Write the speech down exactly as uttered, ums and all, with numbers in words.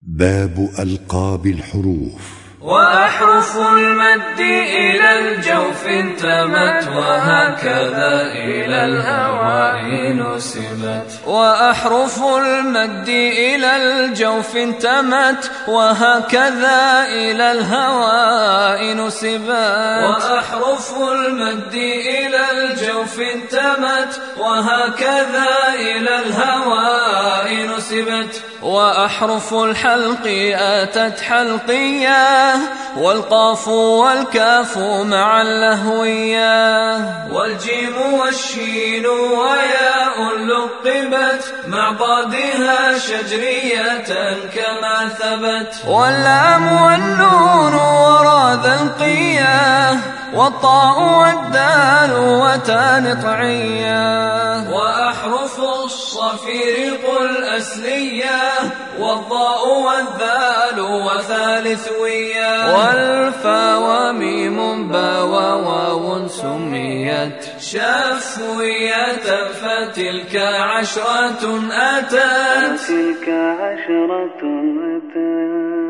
باب ألقاب الحروف. وأحرف المد إلى الجوف انتمت وهكذا إلى الهواء نسبت. وأحرف المد إلى الجوف انتمت وهكذا إلى الهواء نسبت. وأحرف المد إلى الجوف انتمت وهكذا إلى الهواء نسبت. وأحرف الحلق آتت حلقية والقاف والكاف مع اللهوية. والجيم والشين وياء لقبت مع ضادها شجرية كما ثبت. واللام والنون وراء ذا القية والطاء والدال وتان طعية. وأحرف الصفير قل أسلية والضاء والذال وثالث ويا. والفا وميم با وواو سميت شفوية فتلك عشرة أتت. فتلك عشرة أتت.